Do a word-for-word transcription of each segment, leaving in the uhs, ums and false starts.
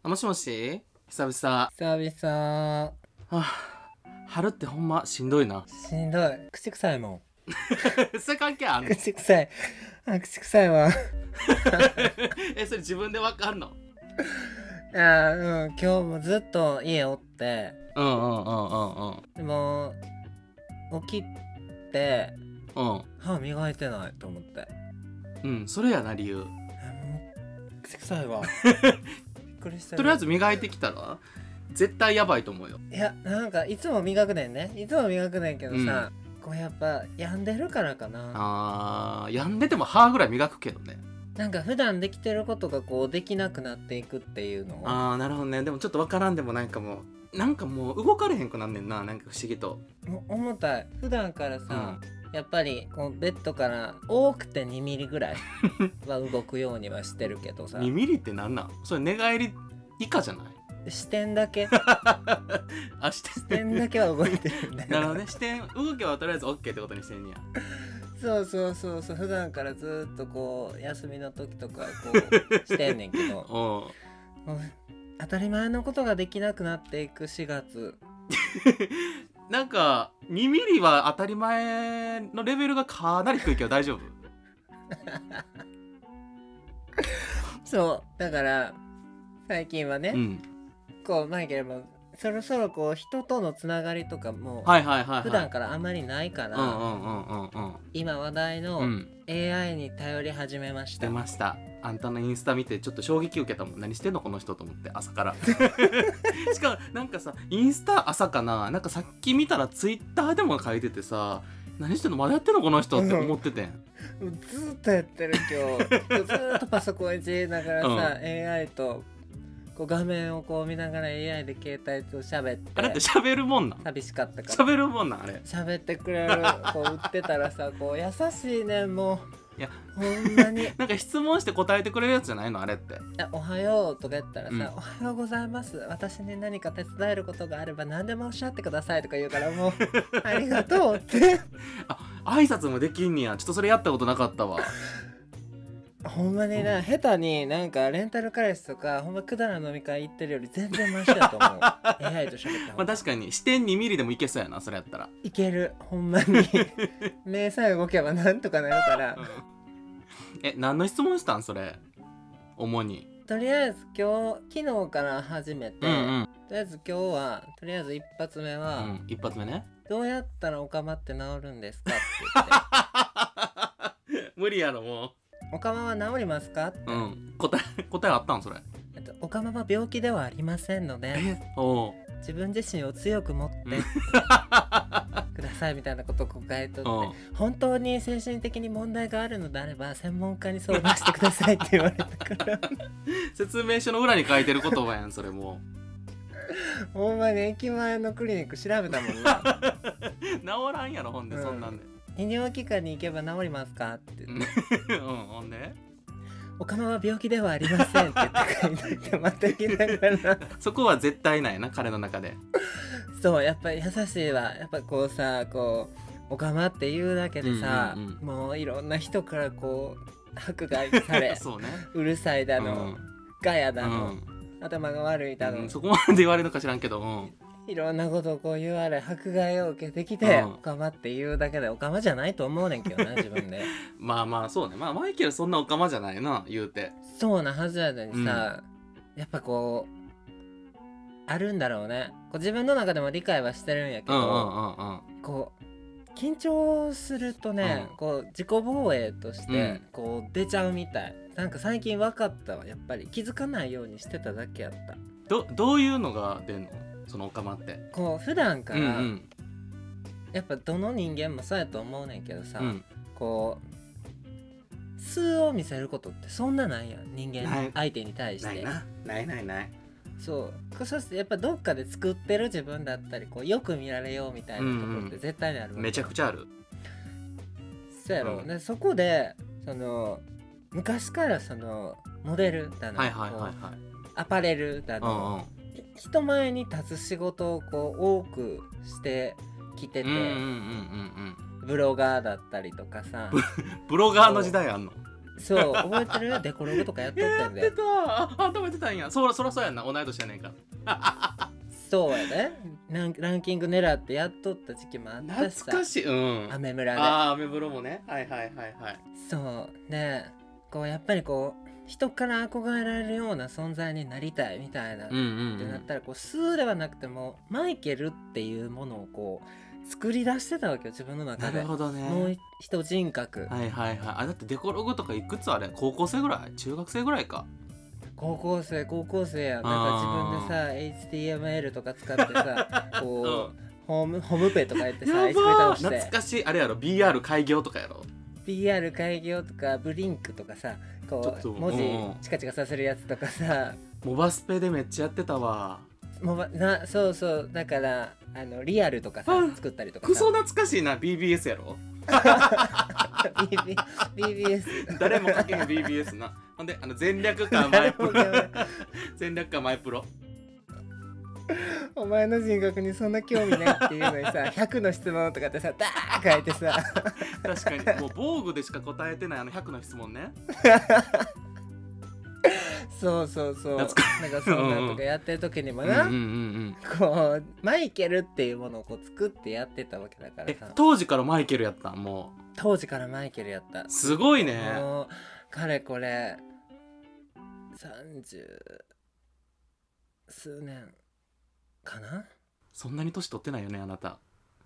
もしもし、久々。 久々。 はあ、春ってほんましんどいな。 しんどい。口臭いもん。 それ関係あんの？ 口臭い。あ、口臭いわ。 え、それ自分でわかんの？ いや、うん、今日もずっと家おって。 うんうんうんうんうん。 でも起きて、 うん。 歯磨いてないと思って。 うん、それやな理由。 え、もう口臭いわ。びっくりした。 とりあえず磨いてきたら絶対やばいと思うよ。 いや、なんかいつも磨くねんね。いつも磨くねんけどさ、うん、こうやっぱ病んでるからかな。 あー、病んでても歯ぐらい磨くけどね。 なんか普段できてることがこうできなくなっていくっていうの。 あー、なるほどね。でもちょっとわからんでもなんかもうなんかもう動かれへんくなんねんな。なんか不思議と。 もう重たい。普段からさ、うん、やっぱりこうベッドから多くてにミリぐらいは動くようにはしてるけどさ。 にミリってなんなん？それ寝返り以下じゃない？ 視点だけあ、視点視点だけは動いてるんだよ。 なるほどね。視点動きはとりあえず OK ってことにしてんねや。 そうそうそうそう。普段からずっとこう休みの時とかこうしてんねんけどお当たり前のことができなくなっていくしがつ。 なんかにミリは当たり前のレベルがかなり低いけど大丈夫？ そうだから最近はね、うん、こうマイケルもそろそろこう人とのつながりとかも普段からあんまりないから今話題の エーアイ に頼り始めました。 出ました。あんたのインスタ見てちょっと衝撃受けたもん。何してんのこの人と思って朝からしかもなんかさインスタ朝かな、なんかさっき見たらツイッターでも書いててさ、何してんのまだやってんのこの人って思っててんずっとやってる今日ずっとパソコンいじりながらさ、うん、エーアイ とこう画面をこう見ながら エーアイ で携帯と喋って。 あれって喋るもんなん？ 寂しかったから喋るもんなん？あれ喋ってくれるこう売ってたらさこう優しいね。もういやほんまになんか質問して答えてくれるやつじゃないのあれって。いやおはようとか言ったらさ、うん、おはようございます、私に何か手伝えることがあれば何でもおっしゃってくださいとか言うからもうありがとうってあ、挨拶もできんねや。ちょっとそれやったことなかったわ。 ほんまにな、下手になんかレンタル彼氏とかほんまくだら飲み会行ってるより全然マシだと思う。エーアイ と喋った方がまあ確かに視点にミリでもいけそうやな。それやったらいける。ほんまに目さえ動けばなんとかなるから、うん、 え、何の質問したんそれ主に？ とりあえず今日昨日から始めて、うんうん、とりあえず今日はとりあえず一発目は、うん、 一発目ね、 どうやったらおかまって治るんですかって言って無理やろもう。 おかまは治りますかって、 うん、答え答えあったんそれ？ えっと、おかまは病気ではありませんので、お自分自身を強く持ってくださいみたいなことを書いとって、本当に精神的に問題があるのであれば専門家に相談してくださいって言われたから説明書の裏に書いてる言葉やんそれ。もうほんまに駅前のクリニック調べたもんな治らんやろほんで、うん、そんなんで医療機関に行けば治りますかって言ってうん、ほんでおかまは病気ではありませんって言って書いてまた言いながらそこは絶対ないな彼の中で。 そうやっぱり優しいわ。やっぱこうさこうおかまって言うだけでさ、うんうんうん、もういろんな人からこう迫害されそう、ね、うるさいだの、うん、ガヤだの、うん、頭が悪いだの、 うん、そこまで言われるのか知らんけど、うんいろんなことをこう言われ迫害を受けてきて、うん、おかまって言うだけでおかまじゃないと思うねんけどな自分でまあまあそうね。まあマイケルそんなおかまじゃないな言うて。 そうなはずやのにさ、うん、やっぱこうあるんだろうね。こう自分の中でも理解はしてるんやけど、うんうんうんうん、こう緊張するとね、うん、こう自己防衛としてこう出ちゃうみたい、うん、なんか最近分かったわ。やっぱり気づかないようにしてただけやった。 ど, どういうのが出んのそのおかまって？ こう普段から、うんうん、やっぱどの人間もそうやと思うねんけどさ、うん、こう素を見せることってそんなないやん人間相手に対して。 ないなないないないそうそしてやっぱどっかで作ってる自分だったりこうよく見られようみたいなところって絶対にあるわけ、 うんうん、めちゃくちゃある。 そうやろ、うん、でそこでその昔からそのモデルだの、はいはいはいはい、アパレルだの、うんうん、人前に立つ仕事をこう多くしてきてて、ブロガーだったりとかさブロガーの時代あんの？ そう覚えてるデコログとかやっとったんで。 やってたああ食べてたんや。そらそらそうやんな、同い年やねんから。 そうやねランランキング狙ってやっとった時期もあったしさ。 懐かしい。うんアメ村で。 ああアメブロもね。はいはいはいはい。 そうでこうやっぱりこう人から憧れられるような存在になりたいみたいな、 うんうんうん、 ってなったらこうスーではなくてもマイケルっていうものをこう作り出してたわけよ自分の中で。 なるほどね。 もう一人格。 はいはいはい。あだってデコログとかいくつあれ、高校生ぐらい中学生ぐらいか。 高校生高校生やん。なんか自分でさ エイチティーエムエル とか使ってさこう、うん、ホームホームペとかやってさやばー懐かしい。あれやろ ビーアール 開業とかやろ。 ビーアール 開業とかブリンクとかさこう文字チカチカさせるやつとかさ、 モバスペでめっちゃやってたわ。 モバなそうそうだからあのリアルとかさ作ったりとかさ。 クソ懐かしいな。 ビービーエス やろ。 ビービーエス誰も書けへん ビービーエス な。ほんであの全略かマイプロ全略かマイプロ。 お前の人格にそんな興味ないっていうのにさひゃくの質問とかってさダー書いてさ確かにもう防具でしか答えてないあのひゃくの質問ね。 そうそうそうなんかそんなんとかやってる時にもな、うんうんうん、こうマイケルっていうものをこう作ってやってたわけだからさ。 え当時からマイケルやったん？もう当時からマイケルやった。 すごいね。 もうかれこれさんじゅう数年かな。 そんなに年取ってないよねあなた。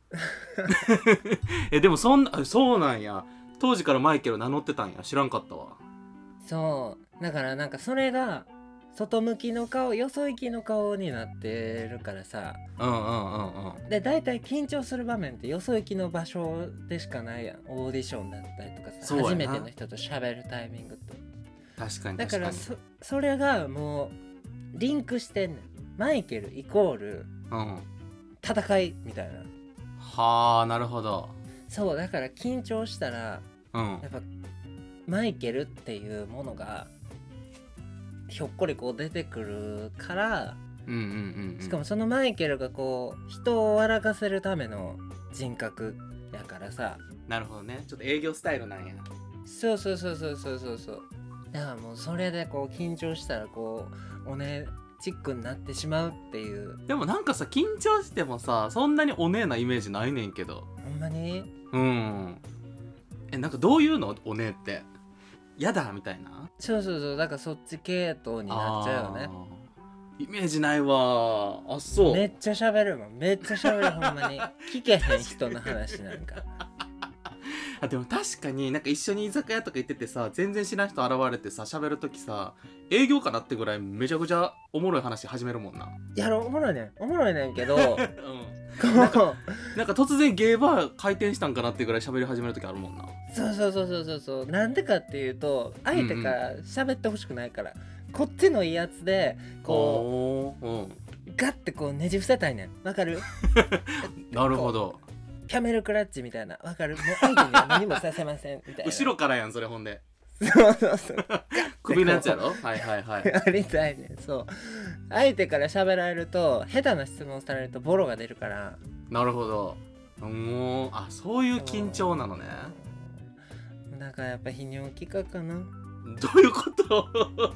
えでもそんなそうなんや。当時からマイケル名乗ってたんや。知らんかったわ。 そうだからなんかそれが外向きの顔よそ行きの顔になってるからさ。 うんうんうんうん。 で大体緊張する場面ってよそ行きの場所でしかないやん。オーディションだったりとかさ初めての人と喋るタイミングと。 確かに確かに。 だからそそれがもうリンクしてんねん。マイケルイコール戦いみたいな、うん、 はあなるほど。 そうだから緊張したら、 うん、 やっぱマイケルっていうものがひょっこりこう出てくるから、 うんうんうんうん、 しかもそのマイケルがこう人を笑かせるための人格やからさ。 なるほどね。ちょっと営業スタイルなんや。 そうそうそうそうそうそうそう。だからもうそれでこう緊張したらこうおねチックになってしまうっていう。 でもなんかさ緊張してもさそんなにおねえなイメージないねんけど。 ほんまに？ うんえなんかどういうのおねえってやだみたいな。 そうそうそうだからそっち系統になっちゃうよね。 イメージないわ。あそうめっちゃ喋るもん。めっちゃ喋るほんまに聞けへん人の話なんか。 あでも確かになんか一緒に居酒屋とか行っててさ全然知らん人現れてさ喋るときさ営業かなってぐらいめちゃくちゃおもろい話始めるもんな。 やろおもろいねんおもろいねんけど、うん、 なんかなんか突然ゲーバー開店したんかなってぐらい喋り始めるときあるもんな。 そうそうそうそうそうそうなんでかっていうと相手から喋ってほしくないから、うんうん、こっちのいいやつでこう、うん、ガッてこうねじ伏せたいねん。わかる？ なるほど。 キャメルクラッチみたいな。わかる？もう相手には何もさせませんみたいな。 後ろからやんそれ。ほんでそうそうそう首のやつやろ。はいはいはいありたいね。そう相手から喋られると下手な質問されるとボロが出るから。 なるほど。もうあそういう緊張なのね。 だからやっぱ泌尿器科かな。 どういうこと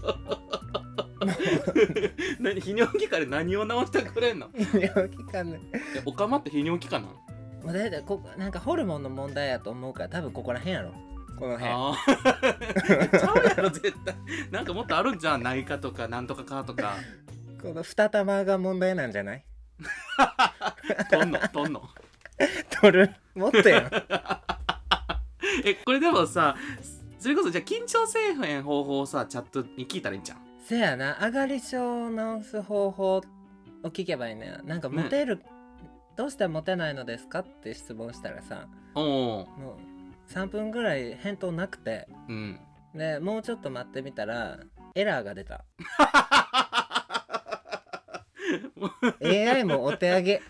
何泌尿器科で何を直してくれんの？ 泌尿器科ね。 えおかまって泌尿器科なの？ もうだいたいこなんかホルモンの問題やと思うから多分ここら辺やろ。この辺あちゃうやろ絶対。なんかもっとあるんじゃん。内科とかなんとかかとか。 この二玉が問題なんじゃない？ とんのとんの取るもっとやん。 えこれでもさそれこそじゃあ緊張せえへん方法をさチャットに聞いたらいいんじゃん。 せやな上がり症を治す方法を聞けばいいね。なんかモテる、ね、どうしてモテないのですかって質問したらさおもうさんぷんぐらい返答なくて、 うん、 でもうちょっと待ってみたらエラーが出た。エーアイ もお手上げ。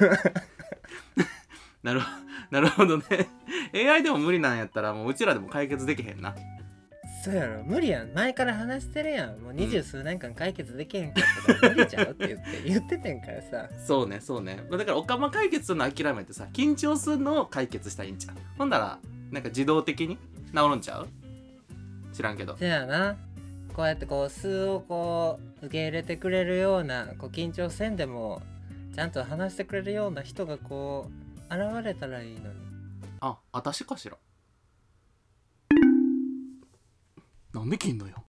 なるなるほどね。エーアイ でも無理なんやったらもううちらでも解決できへんな。 そうやろ無理やん。前から話してるやん。もう二十数年間解決できへんかったから無理ちゃうって言って言っててんからさ。 そうねそうね。だからおかま解決するの諦めてさ緊張するのを解決したらいいんちゃう。ほんならなんか自動的に治るんちゃう。 知らんけど。 せやな、こうやってこう素をこう受け入れてくれるような、こう緊張せんでもちゃんと話してくれるような人がこう現れたらいいのに。 あ、私かしら。なんで切んのよ。